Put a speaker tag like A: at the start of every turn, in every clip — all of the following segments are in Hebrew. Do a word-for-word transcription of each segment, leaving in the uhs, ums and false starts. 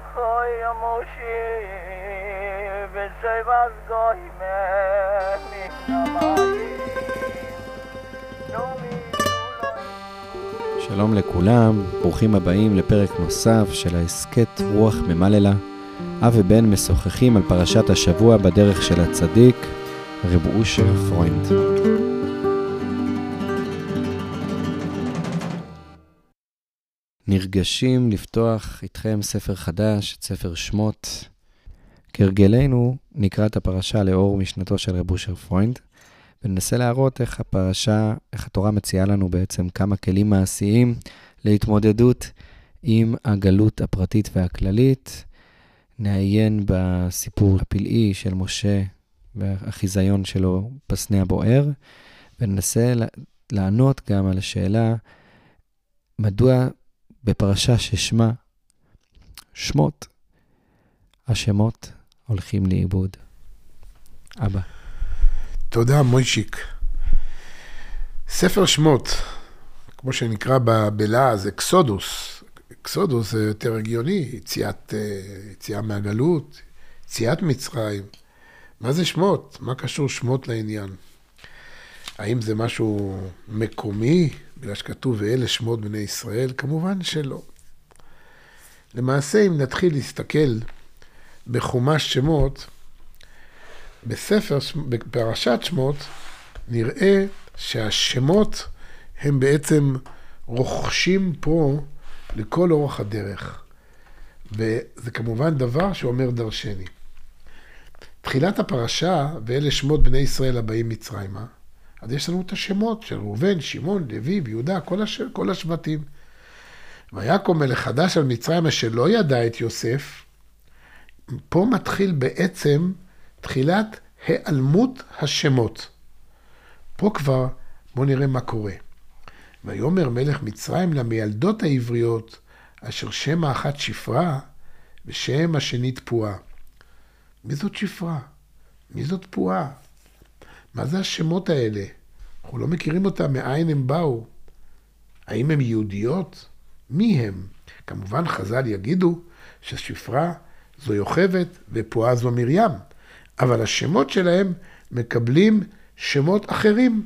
A: Choy Moshi Vesevas Goime Minamai Nomi Suloi.
B: שלום לכולם, ברוכים הבאים לפרק נוסף של ההסכת רוח ממללה. אב ובן משוחחים על פרשת השבוע בדרך של הצדיק, רב אושר פרוינד. נרגשים לפתוח איתכם ספר חדש, ספר שמות. כרגלנו נקרא את הפרשה לאור משנתו של רב אושר פרוינד, וננסה להראות איך הפרשה, איך התורה מציעה לנו בעצם כמה כלים מעשיים להתמודדות עם הגלות הפרטית והכללית. נעיין בסיפור הפלאי של משה והחיזיון שלו בסנה הבוער, וננסה לענות גם על השאלה מדוע בפרשה ששמה שמות, השמות הולכים לאיבוד. אבא.
C: תודה מוישיק. ספר שמות, כמו שנקרא בלעז, אקסודוס. אקסודוס זה יותר הגיוני, יציאת, יציאה מהגלות, יציאת מצרים. מה זה שמות? מה קשור שמות לעניין? האם זה משהו מקומי, בגלל שכתוב ואלה שמות בני ישראל? כמובן שלא. למעשה, אם נתחיל להסתכל בחומש שמות, בספר, בפרשת שמות, נראה שהשמות הם בעצם רוכשים פה לכל אורך הדרך. וזה כמובן דבר שאומר דרשני. תחילת הפרשה, ואלה שמות בני ישראל הבאים מצרימה, אז יש לנו את השמות של ראובן, שמעון, לוי, יהודה, כל, הש... כל השבטים. ויקום מלך חדש על מצרימה שלא ידע את יוסף, פה מתחיל בעצם תחילת העלמות השמות. פה כבר בואו נראה מה קורה. ויאמר מלך מצרים למילדות העבריות, אשר שם האחת שפרה, ושם השנית פועה. מי זאת שפרה? מי זאת פועה? מה זה השמות האלה? אנחנו לא מכירים אותם, מאין הם באו. האם הם יהודיות? מי הם? כמובן חז"ל יגידו ששפרה זו יוכבד ופועה זו מרים. אבל השמות שלהם מקבלים שמות אחרים.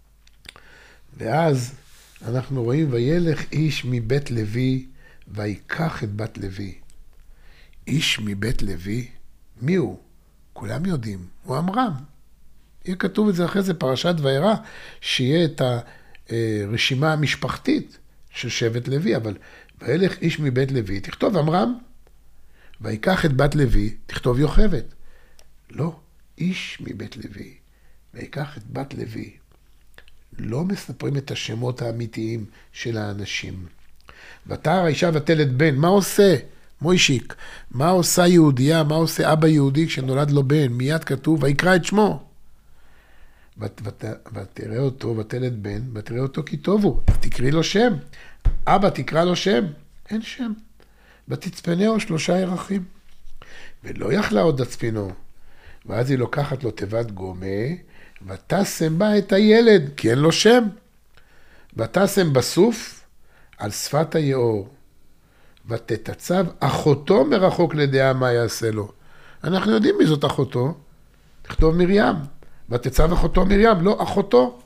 C: ואז אנחנו רואים וילך איש מבית לוי ויקח את בת לוי. איש מבית לוי, מי הוא? כולם יודעים, הוא עמרם. יהיה כתוב את זה אחרי זה פרשת וירא, שיהיה את הרשימה המשפחתית של שבט לוי, אבל וילך איש מבית לוי, תכתוב עמרם, ויקח את בת לוי, תכתוב יוכבד. לא, איש מבית לוי, ויקח את בת לוי. לא מספרים את השמות האמיתיים של האנשים. ותער האישה ותלד בן, מה עושה? מוישיק, מה עושה יהודיה, מה עושה אבא יהודי כשנולד לו בן? מיד כתוב, ויקרא את שמו. ות, ות, ותראה אותו, ותלד בן, ותראה אותו כי טוב הוא, תקריא לו שם. אבא תקרא לו שם, אין שם. ותצפנהו שלושה ירחים. ולא יכלה עוד הצפינו. ואז היא לוקחת לו תיבת גומה, ותשם בה את הילד, כי אין לו שם. ותשם בסוף על שפת היאור. ותתצב אחותו מרחוק לדעה מה יעשה לו. אנחנו יודעים מי זאת אחותו. תכתוב מרים. ותצב אחותו מרים, לא אחותו.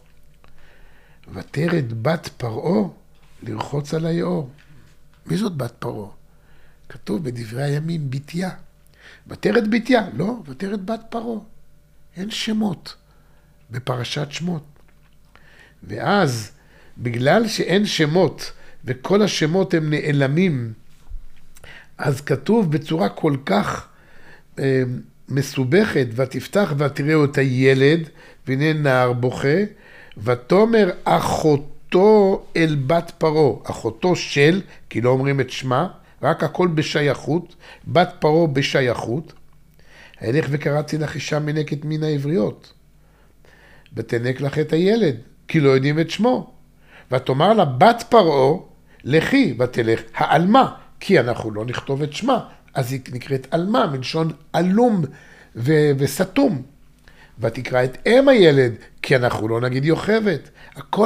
C: ותרד בת פרעה לרחוץ על היאור. מי זאת בת פרעה? כתוב בדברי הימים בתיה. ותרד בתיה, לא, ותרד בת פרעה. אין שמות בפרשת שמות. ואז, בגלל שאין שמות, וכל השמות הם נעלמים, אז כתוב בצורה כל כך אה, מסובכת, ותפתח ותראו את הילד, והנה נער בוכה, ותאמר אחותו אל בת פרעה, אחותו של, כי לא אומרים את שמה, רק הכל בשייכות, בת פרעה בשייכות. הלך וקראתי לך אישה מנקת מן העבריות, ותנק לך את הילד, כי לא יודעים את שמו. ותאמר לה בת פרעה, לכי ותלך העלמה, כי אנחנו לא נכתוב את שמה, אז היא נקראת עלמה, מלשון עלום ו- וסתום. ותקרא את אם הילד, כי אנחנו לא נגיד יוכבד. הכל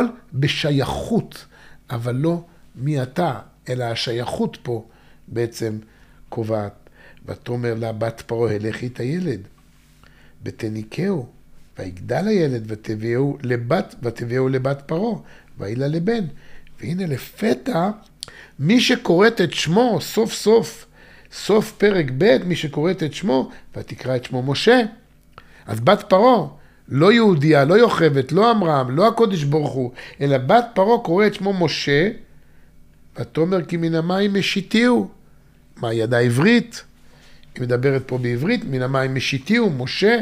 C: בשייכות, אבל לא מי אתה, אלא השייכות פה בעצם קובעת, ותאמר לה בת פרעה, הלכי את הילד, ותניקהו, ויגדל הילד, ותביאו לבת, ותביאו לבת פרעה, ויהי לה לבן. והנה לפתע, מי שקוראת את שמו, סוף סוף, סוף פרק ב', מי שקוראת את שמו, ותקרא את שמו משה. אז בת פרעה, לא יהודיה, לא יוכבת, לא אמרם, לא הקודש ברוך הוא, אלא בת פרעה קורא את שמו משה, ותאמר כי מן המים משיתיהו. מה ידע עברית? היא מדברת פה בעברית, מן המים משיתיהו, משה.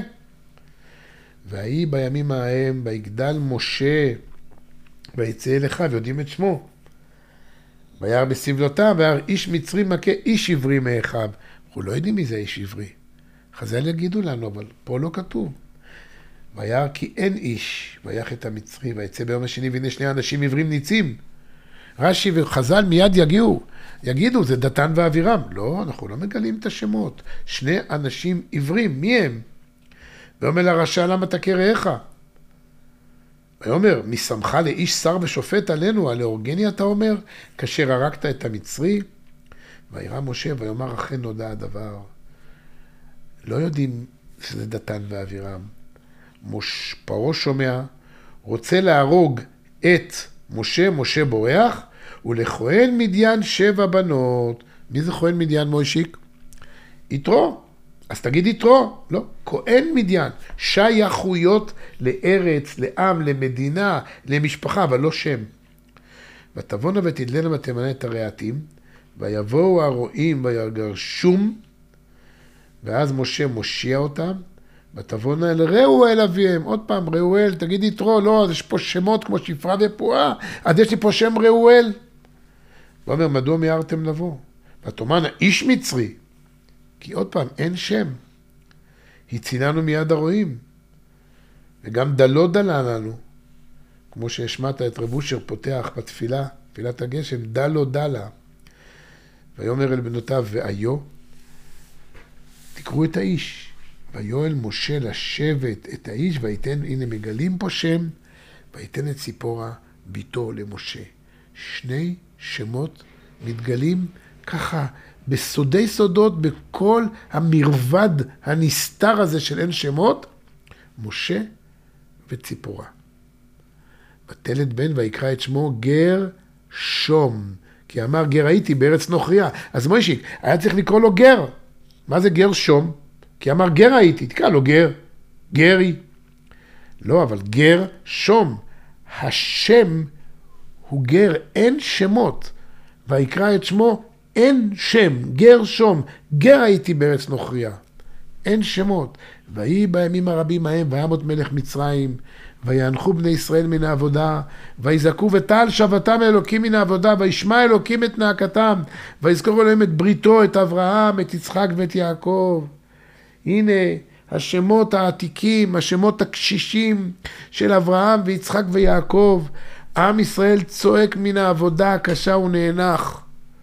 C: והיא בימים ההם, ויגדל משה, ויצא אל אחיו, יודעים את שמו. וירא בסבלותיו, וירא איש מצרי מכה איש עברי מאחיו. אנחנו לא יודעים מי זה איש עברי. חז"ל יגידו לנו, אבל פה לא כתוב. וירא כי אין איש, ויך את המצרי, ויצא ביום השני, והנה שני אנשים עברים ניצים. רש"י וחז"ל מיד יגיעו, יגידו, זה דתן ואבירם. לא, אנחנו לא מגלים את השמות. שני אנשים עברים, מי הם? ואומר לרשע, למה תכה רעך? ויאמר, משמחה לאיש שר ושופט עלינו, על אורגני אתה אומר, כאשר הרגת את המצרי? וירא משה, ויאמר, אכן נודע הדבר. לא יודעים שזה דתן ואבירם. מש, פרעה שומע, רוצה להרוג את משה, משה בורח, ולכהן מדיין שבע בנות. מי זה כהן מדיין מוישיק? יתרו. אז תגיד יתרו. לא, כהן מדיין. שייכויות לארץ, לעם, למדינה, למשפחה, אבל לא שם. ותבונה ותדלנה ותמנה את הרעתים, ויבואו הרועים ויגרשום, ואז משה מושיע אותם, ותבונה אל ראו אל אביהם. עוד פעם, ראו אל, תגיד יתרו, לא, אז יש פה שמות כמו שפרה ופועה, אז יש לי פה שם ראו אל. ואומר, מדוע מיהרתם לבוא? ותאמרנה, איש מצרי. כי עוד פעם, אין שם. הצילנו מיד הרועים. וגם דלו דלה לנו. כמו שהשמעת את רב אושר פותח בתפילה, תפילת הגשם, דלו דלה. ויאמר אל בנותיו, ואיו, תקראו את האיש. ויואל משה לשבת את האיש, ויתן, הנה מגלים פה שם, ויתן את ציפורה ביתו למשה. שני שמות מתגלים ככה, בסודי סודות, בכל המרבד הנסתר הזה של אין שמות, משה וציפורה. ותלד בן ויקרא את שמו גר שום, כי אמר גר הייתי בארץ נוכריה. אז מוישיק, היה צריך לקרוא לו גר. מה זה גר שום? כי אמר גר הייתי, תקרא לו גר, גרי. לא, אבל גר שום. השם הוא גר, אין שמות. ויקרא את שמו, אין שם, גר שום. גר הייתי בארץ נוכריה. אין שמות. ויהי בימים הרבים ההם, וימות מלך מצרים, ויאנחו בני ישראל מן העבודה, ויזעקו ותעל שבתם אלוקים מן העבודה, וישמע אלוקים את נאקתם, ויזכור אלוהים את בריתו, את אברהם, את יצחק ואת יעקב. הנה השמות העתיקים, השמות הקשישים של אברהם ויצחק ויעקב. עם ישראל צועק מן העבודה הקשה ונאנח.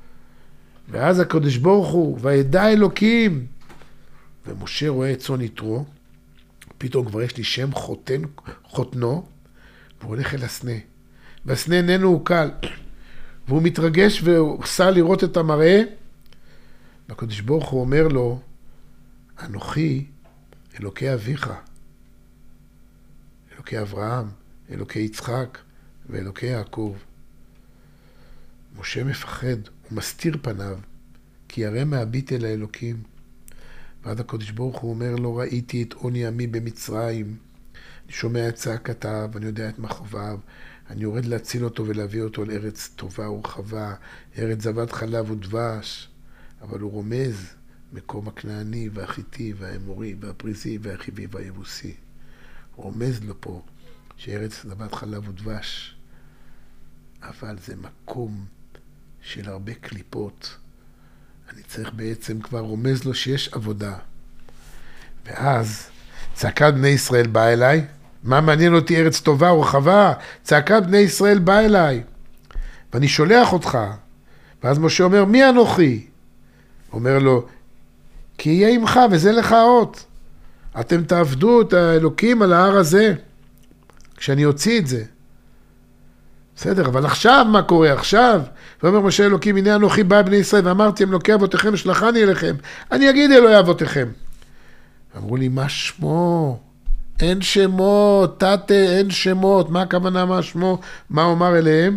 C: ואז הקדוש ברוך הוא, וידע אלוקים. ומשה רואה את צאן יתרו, פתאום כבר יש לי שם חותן, חותנו, והוא הולך אל הסנה. והסנה איננו הוא קל. והוא מתרגש והוא עשה לראות את המראה. והקדוש ברוך הוא אומר לו, אנוכי אלוקי אביך, אלוקי אברהם, אלוקי יצחק ואלוקי יעקב. משה מפחד, הוא מסתיר פניו, כי ירא מהביט אל האלוקים. ועד הקדוש ברוך הוא אומר, לא ראיתי את עוני עמי במצרים. אני שומע את צעקתיו, אני יודע את מכאוביו, אני יורד להציל אותו ולהביא אותו לארץ טובה ורחבה, ארץ זבת חלב ודבש. אבל הוא רומז מקום הכנעני והחיתי והאמורי והפריזי והחיבי והיבוסי. הוא רומז לו פה שארץ זבת חלב ודבש, אבל זה מקום של הרבה קליפות. אני צריך בעצם כבר רומז לו שיש עבודה. ואז צעקת בני ישראל באה אליי. מה מעניין אותי ארץ טובה ורחבה? צעקת בני ישראל באה אליי. ואני שולח אותך. ואז משה אומר, מי אנוכי? אומר לו, כי יהיה עמך וזה לך האות. אתם תעבדו את האלוקים על ההר הזה, כשאני אוציא את זה. בסדר, אבל עכשיו מה קורה עכשיו? ואומר משה אלוקים, הנה אנוכי בא בני ישראל, ואמרתי, אלוקי אבותיכם, שלחני אליכם. אני אגיד אלוהי אבותיכם. אמרו לי, מה שמו? אין שמות, תתה, אין שמות. מה הכוונה, מה שמו? מה אומר אליהם?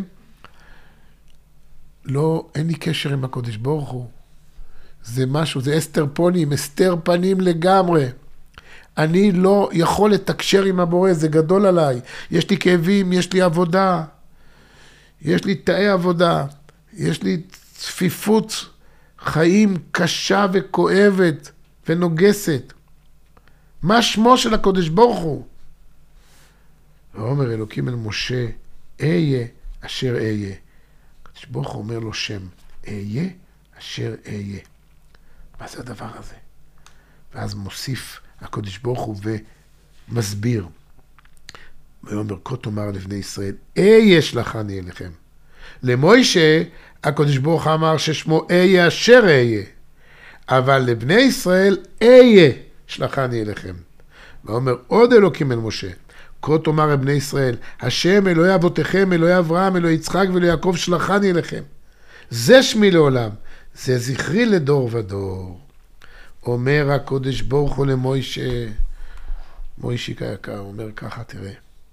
C: לא, אין לי קשר עם הקודש ברוך הוא. זה משהו, זה אסתר פונים, אסתר פנים לגמרי. אני לא יכול לתקשר עם הבורא, זה גדול עליי. יש לי כאבים, יש לי עבודה. יש לי תאי עבודה, יש לי צפיפות חיים קשה וכואבת ונוגסת. מה שמו של הקודש ברוך הוא? ואומר אלוקים אל משה, אהיה אשר אהיה. הקודש ברוך הוא אומר לו שם, אהיה אשר אהיה. מה זה הדבר הזה? ואז מוסיף הקודש ברוך הוא ומסביר. ואומר, כה תאמר לבני ישראל, אהיה שלחני אליכם. למוישה, הקדוש ברוך אמר ששמו אהיה אשר אהיה. אבל לבני ישראל, אהיה שלחני אליכם. ואומר, עוד אלוקים אל משה, כה תאמר לבני ישראל, השם אלוהי אבותיכם, אלוהי אברהם, אלוהי יצחק ואלוהי יעקב שלחני אליכם. זה שמי לעולם, זה זכרי לדור ודור. אומר הקדוש ברוך הוא למוישה, מוישיק היקר, אומר ככה, תראה.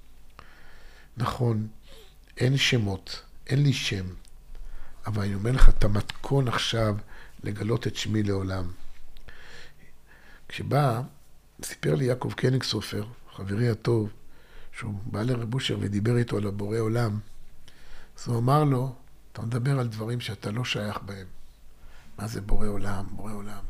C: נכון, אין שמות, אין לי שם, אבל אני אומר לך, אתה מתכון עכשיו לגלות את שמי לעולם. כשבא, סיפר לי יעקב קניגסופר, חברי הטוב, שהוא בא לרב אושר ודיבר איתו על הבורא עולם, אז הוא אמר לו, אתה מדבר על דברים שאתה לא שייך בהם. מה זה בורא עולם, בורא עולם?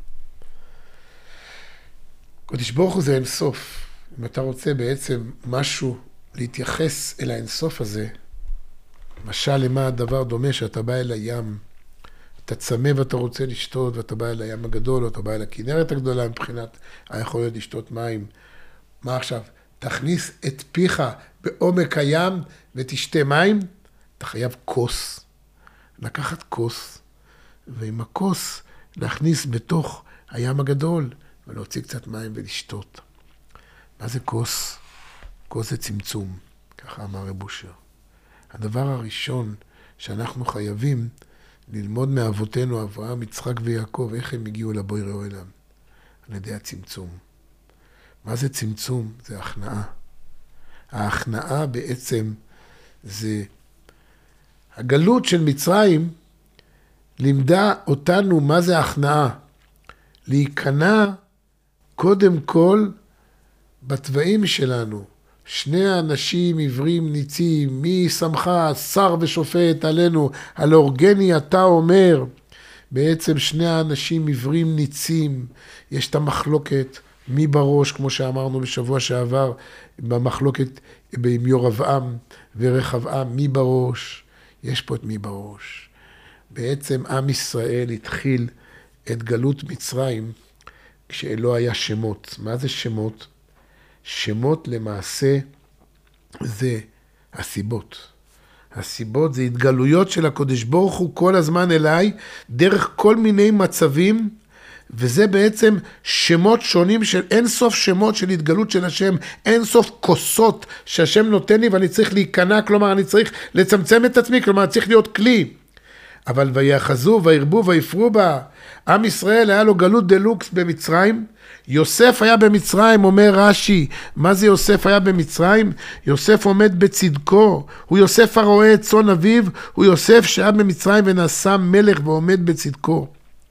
C: קודש ברוך הוא זה אין סוף. אם אתה רוצה בעצם משהו להתייחס אל האינסוף הזה, משל למה הדבר דומה שאתה בא אל הים, אתה צמא ואתה רוצה לשתות, ואתה בא אל הים הגדול, או אתה בא אל הכנרת הגדולה מבחינת היכולת לשתות מים. מה עכשיו? תכניס את פיך בעומק הים ותשתה מים, אתה חייב כוס. לקחת כוס, ועם הכוס להכניס בתוך הים הגדול, ולהוציא קצת מים ולשתות. מה זה כוס? כוס זה צמצום, ככה אמר רב אושר. הדבר הראשון שאנחנו חייבים ללמוד מאבותינו, אברהם, יצחק ויעקב, איך הם הגיעו לבורא עולם. על ידי הצמצום. מה זה צמצום? זה הכנעה. ההכנעה בעצם זה הגלות של מצרים לימדה אותנו מה זה הכנעה. להיכנע קודם כל בטבעים שלנו. שני האנשים עברים ניצים, מי שמך שר ושופט עלינו, על אורגני אתה אומר. בעצם שני האנשים עברים ניצים, יש את המחלוקת מי בראש, כמו שאמרנו בשבוע שעבר, במחלוקת עם יורבעם ורחבעם, מי בראש, יש פה את מי בראש. בעצם עם ישראל התחיל את גלות מצרים כשלא היה שמות. מה זה שמות? שמות למעשה זה הסיבות. הסיבות זה התגלויות של הקודש ברוך הוא כל הזמן אליי, דרך כל מיני מצבים, וזה בעצם שמות שונים של אין סוף שמות של התגלות של השם, אין סוף כוסות שהשם נותן לי ואני צריך להיכנע, כלומר אני צריך לצמצם את עצמי, כלומר אני צריך להיות כלי. אבל ויחזו וירבו ויפרו בה, עם ישראל היה לו גלות דלוקס במצרים, יוסף היה במצרים, אומר רש"י, מה זה יוסף היה במצרים? יוסף עומד בצדקו, הוא יוסף הרואה את צאן אביו, הוא יוסף שהיה במצרים ונעשה מלך ועומד בצדקו.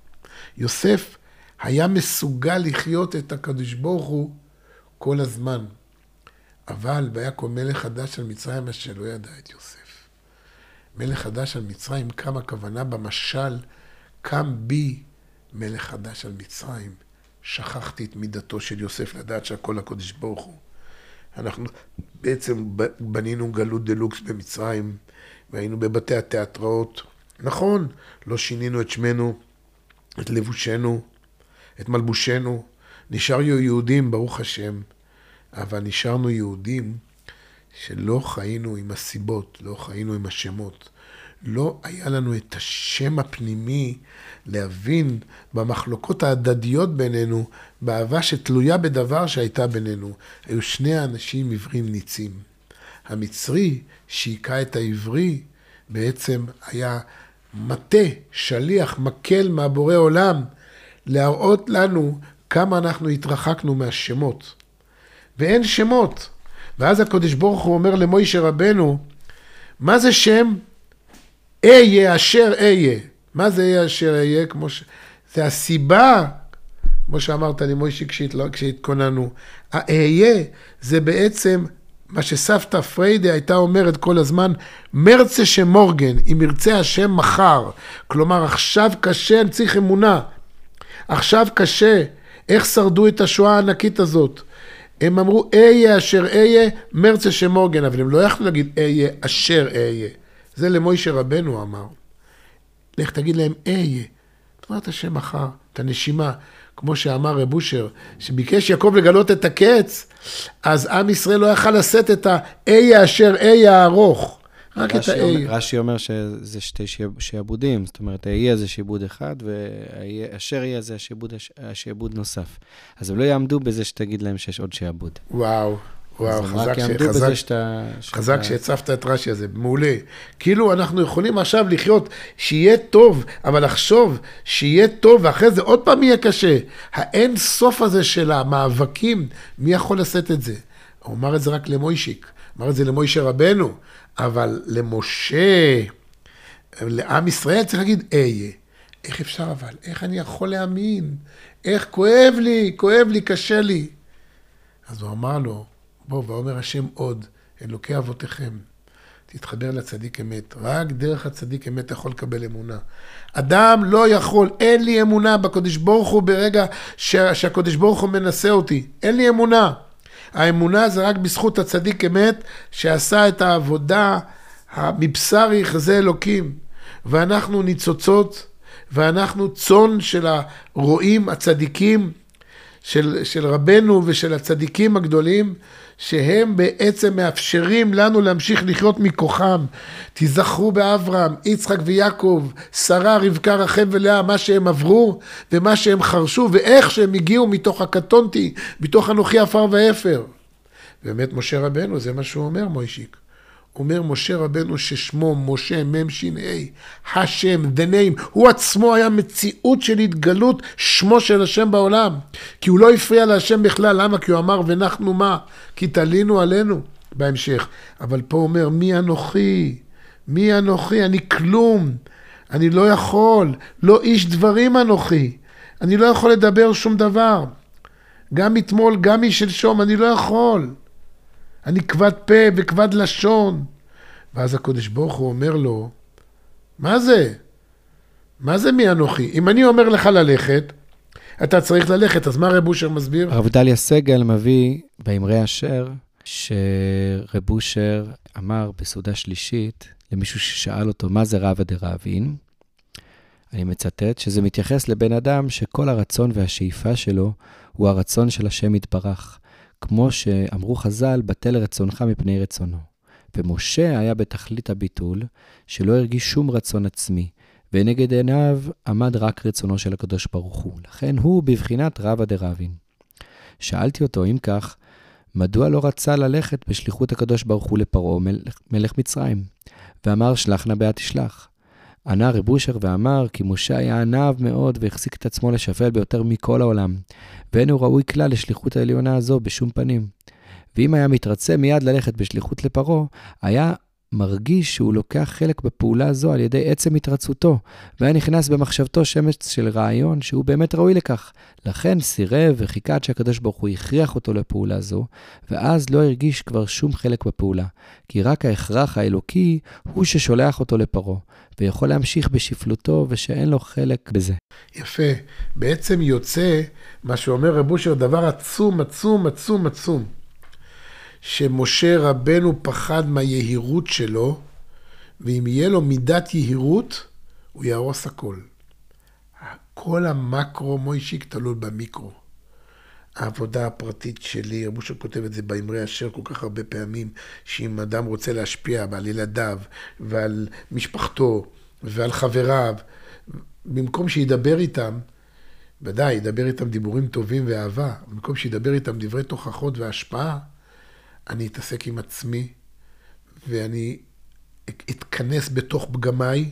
C: יוסף היה מסוגל לחיות את הקדוש ברוך הוא כל הזמן, אבל ויקום מלך חדש על מצרים אשר לא ידע את יוסף. מלך חדש על מצרים, קם הכוונה במשל, קם בי מלך חדש על מצרים. שכחתי את מידתו של יוסף לדעת שהכל הקודש ברוך הוא. אנחנו בעצם בנינו גלות דלוקס במצרים, והיינו בבתי התיאטראות. נכון, לא שינינו את שמנו, את לבושנו, את מלבושנו. נשארנו יהודים, ברוך השם, אבל נשארנו יהודים שלא חיינו עם הסיבות, לא חיינו עם השמות. לא היה לנו את השם הפנימי להבין במחלוקות ההדדיות בינינו, באהבה שתלויה בדבר שהייתה בינינו. היו שני האנשים עברים ניצים. המצרי שיקה את העברי, בעצם היה מטה, שליח, מקל מהבורא עולם, להראות לנו כמה אנחנו התרחקנו מהשמות. ואין שמות. ואז הקדוש ברוך הוא אומר למוישה רבנו, מה זה שם? אהיה אשר אהיה. מה זה אהיה אשר אהיה? כמו ש... זה הסיבה, כמו שאמרת לי מוישה כשהתכוננו. האהיה זה בעצם מה שסבתא פריידה הייתה אומרת כל הזמן, מרצה שמורגן, אם ירצה השם מחר. כלומר, עכשיו קשה, אני צריך אמונה. עכשיו קשה. איך שרדו את השואה הענקית הזאת? הם אמרו, אהיה אשר אהיה, מרצה שמורגן, אבל הם לא יכלו להגיד, אהיה אשר אהיה. זה למוישה רבנו אמר. לך תגיד להם, אהיה. תאמר את השם מחר, את הנשימה. כמו שאמר רב אושר, שביקש יעקב לגלות את הקץ, אז עם ישראל לא יכל לשאת את האיה אשר איה הארוך. רק את האיה.
B: רש"י אומר שזה שתי שעבודים, זאת אומרת, האיה זה שעבוד אחד, ואשר איה זה השעבוד נוסף. אז הם לא יעמדו בזה שתגיד להם שיש עוד שעבוד.
C: וואו. וואו, חזק,
B: חזק,
C: שאתה, חזק שהצפת את רש"י הזה, מעולה. כאילו אנחנו יכולים עכשיו לחיות שיהיה טוב, אבל לחשוב שיהיה טוב, ואחרי זה עוד פעם יהיה קשה. האין סוף הזה של המאבקים, מי יכול לשאת את זה? הוא אמר את זה רק למוישיק, אמר את זה למוישה רבנו, אבל למשה, לעם ישראל צריך להגיד, איה, איך אפשר אבל? איך אני יכול להאמין? איך כואב לי, כואב לי, קשה לי. אז הוא אמר לו, בוא, ואומר השם עוד, אלוקי אבותיכם, תתחבר לצדיק אמת. רק דרך הצדיק אמת יכול לקבל אמונה. אדם לא יכול, אין לי אמונה בקדוש ברוך הוא ברגע שהקדוש ברוך הוא מנסה אותי. אין לי אמונה. האמונה זה רק בזכות הצדיק אמת שעשה את העבודה מבשרי חזה אלוקים. ואנחנו ניצוצות, ואנחנו צאן של הרועים הצדיקים, של, של רבנו ושל הצדיקים הגדולים, שהם בעצם מאפשרים לנו להמשיך לחיות מכוחם. תזכרו באברהם, יצחק ויעקב, שרה, רבקה, רחל ולאה, מה שהם עברו ומה שהם חרשו, ואיך שהם הגיעו מתוך הקטונתי, מתוך אנוכי עפר ואפר. באמת משה רבנו, זה מה שהוא אומר מוישיק. הוא אומר משה רבנו ששמו משה מם שינאי, השם, the name, הוא עצמו היה מציאות של התגלות שמו של השם בעולם. כי הוא לא הפריע להשם בכלל, למה? כי הוא אמר ונחנו מה? כי תלינו עלינו בהמשך. אבל פה הוא אומר מי אנוכי? מי אנוכי? אני כלום. אני לא יכול. לא איש דברים אנוכי. אני לא יכול לדבר שום דבר. גם אתמול, גם משלשום, אני לא יכול. אני כבד פה וכבד לשון. ואז הקדוש ברוך הוא אומר לו, מה זה? מה זה מי אנוכי? אם אני אומר לך ללכת, אתה צריך ללכת, אז מה רב אושר מסביר?
B: הרב דליה סגל מביא באמרי אשר, שרב אושר אמר בסעודה שלישית, למישהו ששאל אותו, מה זה רבא דרבין? אני מצטט, שזה מתייחס לבן אדם שכל הרצון והשאיפה שלו, הוא הרצון של השם יתברך. כמו שאמרו חז"ל, בטל רצונך מפני רצונו. ומשה היה בתכלית הביטול, שלא הרגיש שום רצון עצמי, ונגד עיניו עמד רק רצונו של הקדוש ברוך הוא. לכן הוא בבחינת רבא דרבין. שאלתי אותו, אם כך, מדוע לא רצה ללכת בשליחות הקדוש ברוך הוא לפרעה מלך, מלך מצרים? ואמר, שלח נא בעת תשלח. ענה רב אושר ואמר, כי משה היה עניו מאוד והחזיק את עצמו לשפל ביותר מכל העולם, ואין הוא ראוי כלל לשליחות העליונה הזו בשום פנים. ואם היה מתרצה מיד ללכת בשליחות לפרעה, היה מרגיש שהוא לוקח חלק בפעולה הזו על ידי עצם התרצותו, והיה נכנס במחשבתו שמץ של רעיון שהוא באמת ראוי לכך. לכן סירב וחיכה עד שהקדוש ברוך הוא הכריח אותו לפעולה זו, ואז לא הרגיש כבר שום חלק בפעולה, כי רק ההכרח האלוקי הוא ששולח אותו לפרעה, ויכול להמשיך בשפלותו ושאין לו חלק בזה.
C: יפה. בעצם יוצא מה שאומר רב אושר, דבר עצום, עצום, עצום, עצום. שמשה רבנו פחד מהיהירות שלו, ואם יהיה לו מידת יהירות, הוא יהרוס הכל. כל המקרו מוישיק תלוי במיקרו. העבודה הפרטית שלי, רב אושר כותב את זה באמרי אשר כל כך הרבה פעמים, שאם אדם רוצה להשפיע על ילדיו ועל משפחתו ועל חבריו, במקום שידבר איתם, ודאי, ידבר איתם דיבורים טובים ואהבה, במקום שידבר איתם דברי תוכחות והשפעה, אני אתעסק עם עצמי, ואני אתכנס בתוך פגמיי,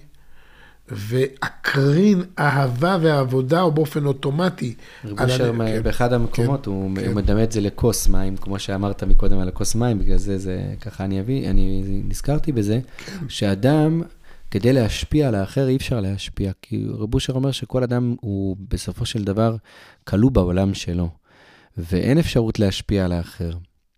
C: ואקרין אהבה ועבודה, או באופן אוטומטי.
B: רב אושר, באחד המקומות, הוא מדמה את זה לכוס מים, כמו שאמרת מקודם על הכוס מים, בגלל זה, זה ככה אני אביא, אני נזכרתי בזה, שאדם, כדי להשפיע על האחר, אי אפשר להשפיע, כי רב אושר אומר שכל אדם הוא בסופו של דבר כלוא בעולם שלו, ואין אפשרות להשפיע על האחר.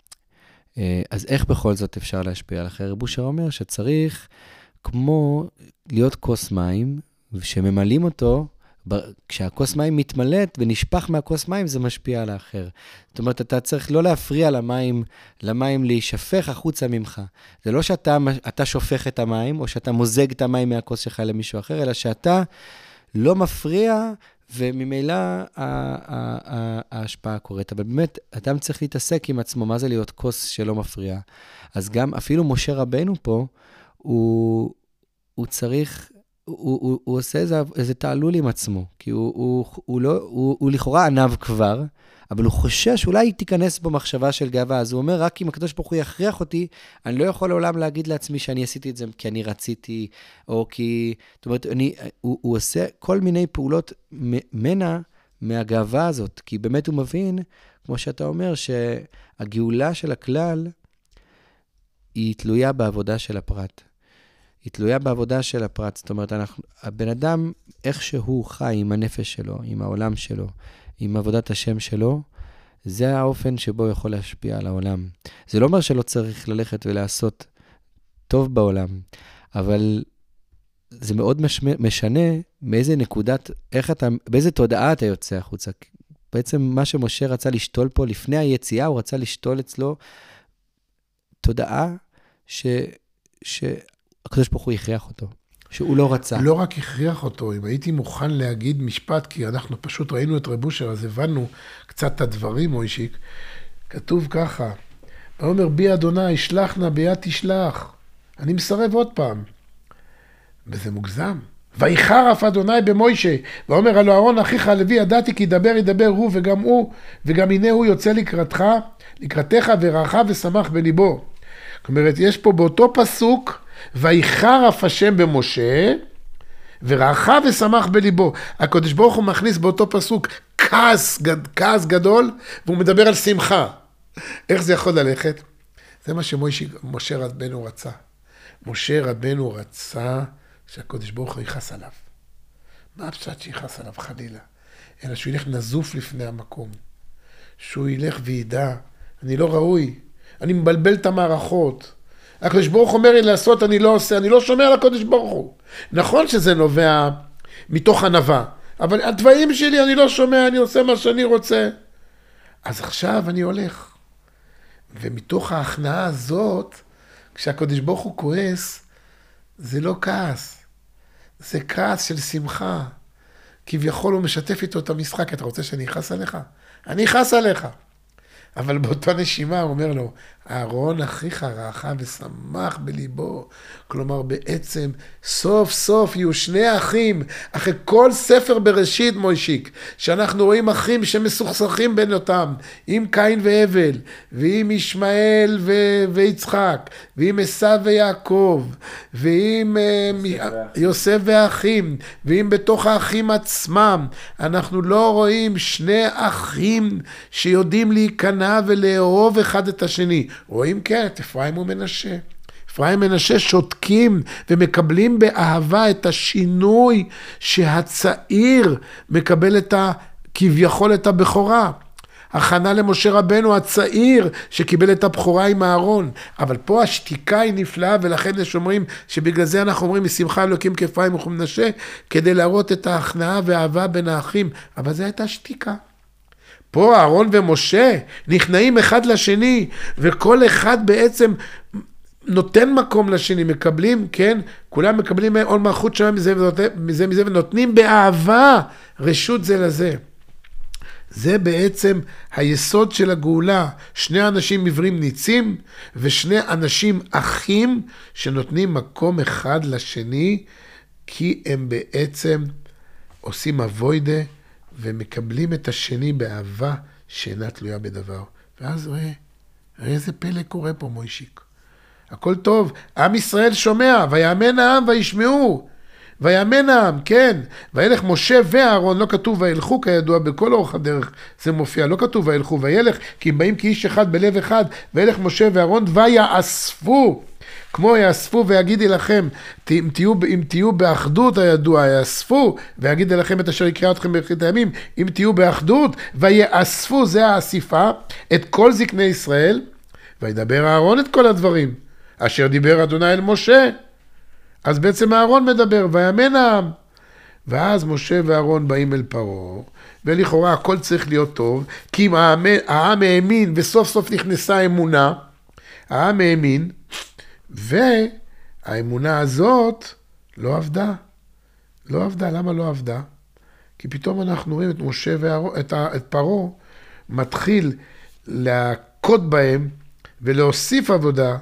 B: אז איך בכל זאת אפשר להשפיע על האחר? רב אושר אומר שצריך כמו להיות כוס מים, ושממלאים אותו, כשהכוס מים מתמלאת ונשפך מהכוס מים, זה משפיע על האחר. זאת אומרת, אתה צריך לא להפריע למים, למים להישפך החוצה ממך. זה לא שאתה אתה שופך את המים, או שאתה מוזג את המים מהכוס שלך למישהו אחר, אלא שאתה לא מפריע, וממילא ההשפעה קורית. אבל באמת, אדם צריך להתעסק עם עצמו, מה זה להיות כוס שלא מפריע. אז גם אפילו משה רבנו פה, הוא, הוא צריך, הוא, הוא, הוא עושה איזה, איזה תעלול עם עצמו, כי הוא, הוא, הוא, לא, הוא, הוא לכאורה ענב כבר, אבל הוא חושש, אולי תיכנס בו מחשבה של גאווה, אז הוא אומר, רק אם הקדוש ברוך הוא יכריח אותי, אני לא יכול לעולם להגיד לעצמי שאני עשיתי את זה כי אני רציתי, או כי, זאת אומרת, אני, הוא, הוא עושה כל מיני פעולות מנה מהגאווה הזאת, כי באמת הוא מבין, כמו שאתה אומר, שהגאולה של הכלל, היא תלויה בעבודה של הפרט. היא תלויה בעבודה של הפרט. זאת אומרת, אנחנו, הבן אדם, איך שהוא חי עם הנפש שלו, עם העולם שלו, עם עבודת השם שלו, זה האופן שבו הוא יכול להשפיע על העולם. זה לא אומר שלא צריך ללכת ולעשות טוב בעולם, אבל זה מאוד משנה מאיזה נקודת, איך אתה, באיזה תודעה אתה יוצא החוצה. בעצם מה שמשה רצה לשתול פה לפני היציאה, הוא רצה לשתול אצלו תודעה ש, שהקדוש ברוך הוא הכריח אותו, שהוא לא רצה.
C: לא רק הכריח אותו, אם הייתי מוכן להגיד משפט, כי אנחנו פשוט ראינו את רב אושר, אז הבנו קצת את הדברים, מוישיק, כתוב ככה, ואומר בי אדוני, שלח נא ביד תשלח. אני מסרב עוד פעם. וזה מוגזם. ויחרף אדוני במוישה, ואומר הלא אהרון אחיך הלוי, ידעתי כי ידבר ידבר הוא וגם הוא, וגם הנה הוא יוצא לקראתך, לקראתך ורעך ושמח בליבו. זאת אומרת, יש פה באותו פסוק, ויחרף השם במשה, ורעך ושמח בליבו. הקדוש ברוך הוא מכניס באותו פסוק כעס, כעס גדול, והוא מדבר על שמחה. איך זה יכול ללכת? זה מה שמשה רבנו רצה. משה רבנו רצה שהקדוש ברוך הוא יכעס עליו. מה הפשט שיכעס עליו חלילה? אלא שהוא ילך נזוף לפני המקום. שהוא ילך וידע, אני לא ראוי, אני מבלבל את המערכות. הקדוש ברוך אומר לי לעשות, אני לא עושה, אני לא שומע על הקדוש ברוך הוא. נכון שזה נובע מתוך ענווה, אבל הדברים שלי אני לא שומע, אני עושה מה שאני רוצה. אז עכשיו אני הולך. ומתוך ההכנעה הזאת, כשהקדוש ברוך הוא כועס, זה לא כעס. זה כעס של שמחה. כביכול הוא משתף איתו את המשחק. אתה רוצה שאני אכעס עליך? אני אכעס עליך. אבל באותה נשימה הוא אומר לו, אהרון אחיך רעך ושמח בליבו. כלומר, בעצם סוף סוף יהיו שני אחים, אחרי כל ספר בראשית מוישיק, שאנחנו רואים אחים שמסוכסכים בין אותם, עם קין והבל, ועם ישמעאל ו- ויצחק, ועם עשיו ויעקב, ועם יוסף, uh, יוסף והאחים, ועם בתוך האחים עצמם, אנחנו לא רואים שני אחים שיודעים להיכנע ולאהוב אחד את השני. רואים כן, את אפרים ומנשה. אפרים ומנשה שותקים ומקבלים באהבה את השינוי שהצעיר מקבל את ה, כביכול את הבכורה. הכנה למשה רבנו הצעיר שקיבל את הבכורה עם הארון. אבל פה השתיקה היא נפלאה, ולכן יש אומרים שבגלל זה אנחנו אומרים משמחה אלוקים כאפרים ומנשה, כדי להראות את ההכנעה והאהבה בין האחים. אבל זה הייתה שתיקה. פה אהרון ומשה נכנעים אחד לשני, וכל אחד בעצם נותן מקום לשני, מקבלים, כן, כולם מקבלים עול מלכות שלהם מזה מזה, מזה, ונותנים באהבה רשות זה לזה. זה בעצם היסוד של הגאולה, שני אנשים עברים ניצים, ושני אנשים אחים שנותנים מקום אחד לשני, כי הם בעצם עושים אבוידה, ומקבלים את השני באהבה שאינה תלויה בדבר. ואז ראה, ראה איזה פלא קורה פה מוישיק. הכל טוב. עם ישראל שומע, ויאמן העם וישמעו. ויאמן העם, כן. וילך משה ואהרון, לא כתוב וילכו כידוע, בכל אורך הדרך זה מופיע, לא כתוב וילכו וילך, כי הם באים כאיש אחד בלב אחד, וילך משה ואהרון ויאספו. כמו יאספו ויגידי לכם, אם תהיו, אם תהיו באחדות הידוע, יאספו ויגידי לכם את אשר יקרא אתכם באחרית הימים, אם תהיו באחדות, ויאספו, זה האסיפה, את כל זקני ישראל, וידבר אהרון את כל הדברים, אשר דיבר אדוני אל משה. אז בעצם אהרון מדבר, ויאמן העם. ואז משה ואהרון באים אל פרעה, ולכאורה הכל צריך להיות טוב, כי אם העם, העם האמין, וסוף סוף נכנסה אמונה, העם האמין, והאמונה הזאת לא עבדה. לא עבדה. למה לא עבדה? כי פתאום אנחנו רואים את משה ואהרון, את, את פרעה, מתחיל להכות בהם, ולהוסיף עבודה,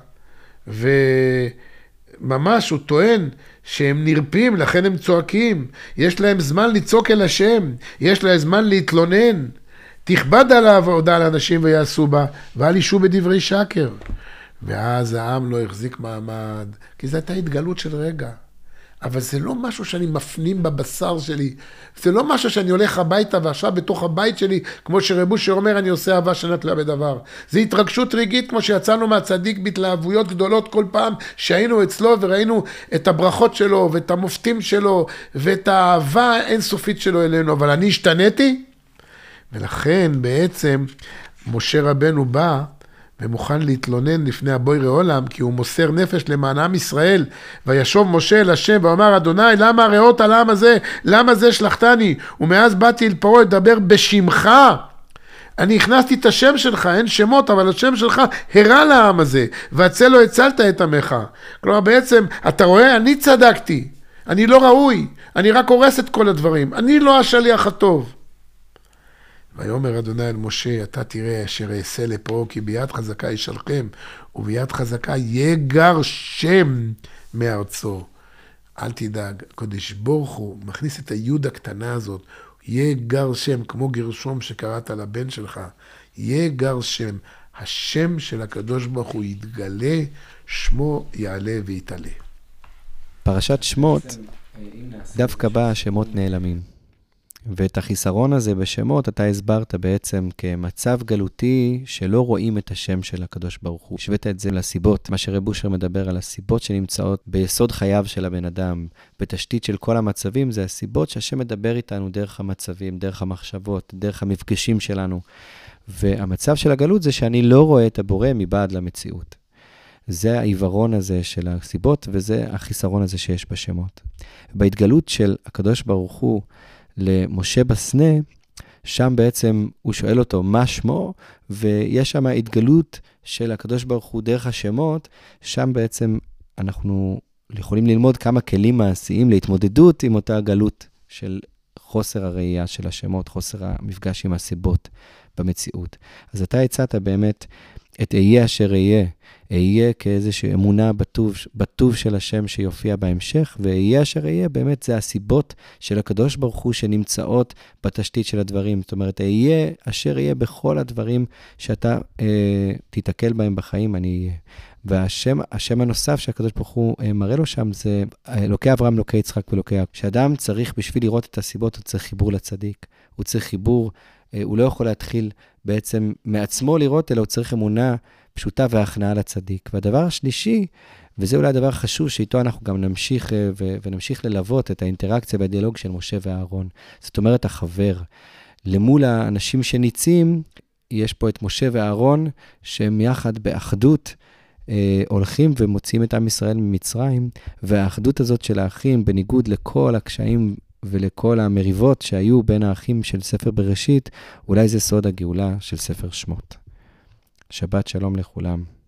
C: וממש הוא טוען שהם נרפים, לכן הם צועקים. יש להם זמן לצעוק אל השם, יש להם זמן להתלונן. תכבד על העבודה על אנשים ויעשו בה, ואל ישו בדברי שקר. ואז העם לא החזיק מעמד, כי זו הייתה התגלות של רגע. אבל זה לא משהו שאני מפנים בבשר שלי, זה לא משהו שאני הולך הביתה ועכשיו בתוך הבית שלי, כמו שרב אושר אומר, אני עושה אהבה שאינה תלויה בדבר. זה התרגשות רגעית, כמו שיצאנו מהצדיק בהתלהבויות גדולות כל פעם שהיינו אצלו וראינו את הברכות שלו ואת המופתים שלו ואת האהבה האינסופית שלו אלינו, אבל אני השתניתי, ולכן בעצם משה רבנו בא, ומוכן להתלונן לפני הבורא עולם, כי הוא מוסר נפש למען עם ישראל, וישוב משה אל השם ואומר, אדוני, למה ראות על העם הזה? למה זה שלחתני? ומאז באתי אל פרעה לדבר בשמך. אני הכנסתי את השם שלך, אין שמות, אבל השם שלך הרע לעם הזה, והצל לא הצלת את עמך. כלומר, בעצם, אתה רואה, אני צדקתי, אני לא ראוי, אני רק הורס את כל הדברים, אני לא השליח הטוב. ויאמר אדוני אל משה, אתה תראה אשר אעשה לפרעה, כי ביד חזקה ישלחם, וביד חזקה יגרשם מארצו. אל תדאג, הקדוש ברוך הוא מכניס את היוד הקטנה הזאת, יגרשם, כמו גרשום שקראת לבן שלך, יגרשם, השם של הקדוש ברוך הוא יתגלה, שמו יעלה ויתעלה.
B: פרשת שמות, דווקא בה השמות נעלמים. ואת החיסרון הזה בשמות אתה הסברת בעצם כמצב גלותי שלא רואים את השם של הקדוש ברוך הוא. השווית את זה לסיבות, מה שרב אושר מדבר על הסיבות שנמצאות ביסוד חייו של הבן אדם, בתשתית של כל המצבים, זה הסיבות שהשם מדבר איתנו דרך המצבים, דרך המחשבות, דרך המפגשים שלנו. והמצב של הגלות זה שאני לא רואה את הבורא מבעד למציאות. זה העיוורון הזה של הסיבות, וזה החיסרון הזה שיש בשמות. בהתגלות של הקדוש ברוך הוא, למשה בסנה, שם בעצם הוא שואל אותו מה שמו, ויש שם התגלות של הקדוש ברוך הוא דרך השמות, שם בעצם אנחנו יכולים ללמוד כמה כלים מעשיים להתמודדות עם אותה גלות של חוסר הראייה של השמות, חוסר המפגש עם הסיבות במציאות. אז אתה הצעת באמת את אהיה אשר אהיה, אהיה כאיזושהי אמונה בטוב, בטוב של השם שיופיע בהמשך, ואהיה אשר אהיה באמת זה הסיבות של הקדוש ברוך הוא שנמצאות בתשתית של הדברים. זאת אומרת, אהיה אשר אהיה בכל הדברים שאתה אה, תתקל בהם בחיים, אני אהיה. והשם השם הנוסף שהקדוש ברוך הוא אה, מראה לו שם זה אלוקי אברהם, אלוקי יצחק ואלוקי יעקב. שאדם צריך בשביל לראות את הסיבות, הוא צריך חיבור לצדיק, הוא צריך חיבור, אה, הוא לא יכול להתחיל בעצם מעצמו לראות, אלא הוא צריך אמונה פשוטה והכנעה לצדיק. והדבר השלישי, וזה אולי הדבר החשוב, שאיתו אנחנו גם נמשיך ו- ונמשיך ללוות את האינטראקציה והדיאלוג של משה ואהרון. זאת אומרת, החבר. למול האנשים שניצים, יש פה את משה ואהרון, שהם יחד באחדות, אה, הולכים ומוציאים את עם ישראל ממצרים, והאחדות הזאת של האחים, בניגוד לכל הקשיים ולכל המריבות שהיו בין האחים של ספר בראשית, אולי זה סוד הגאולה של ספר שמות. שבת שלום לכולם.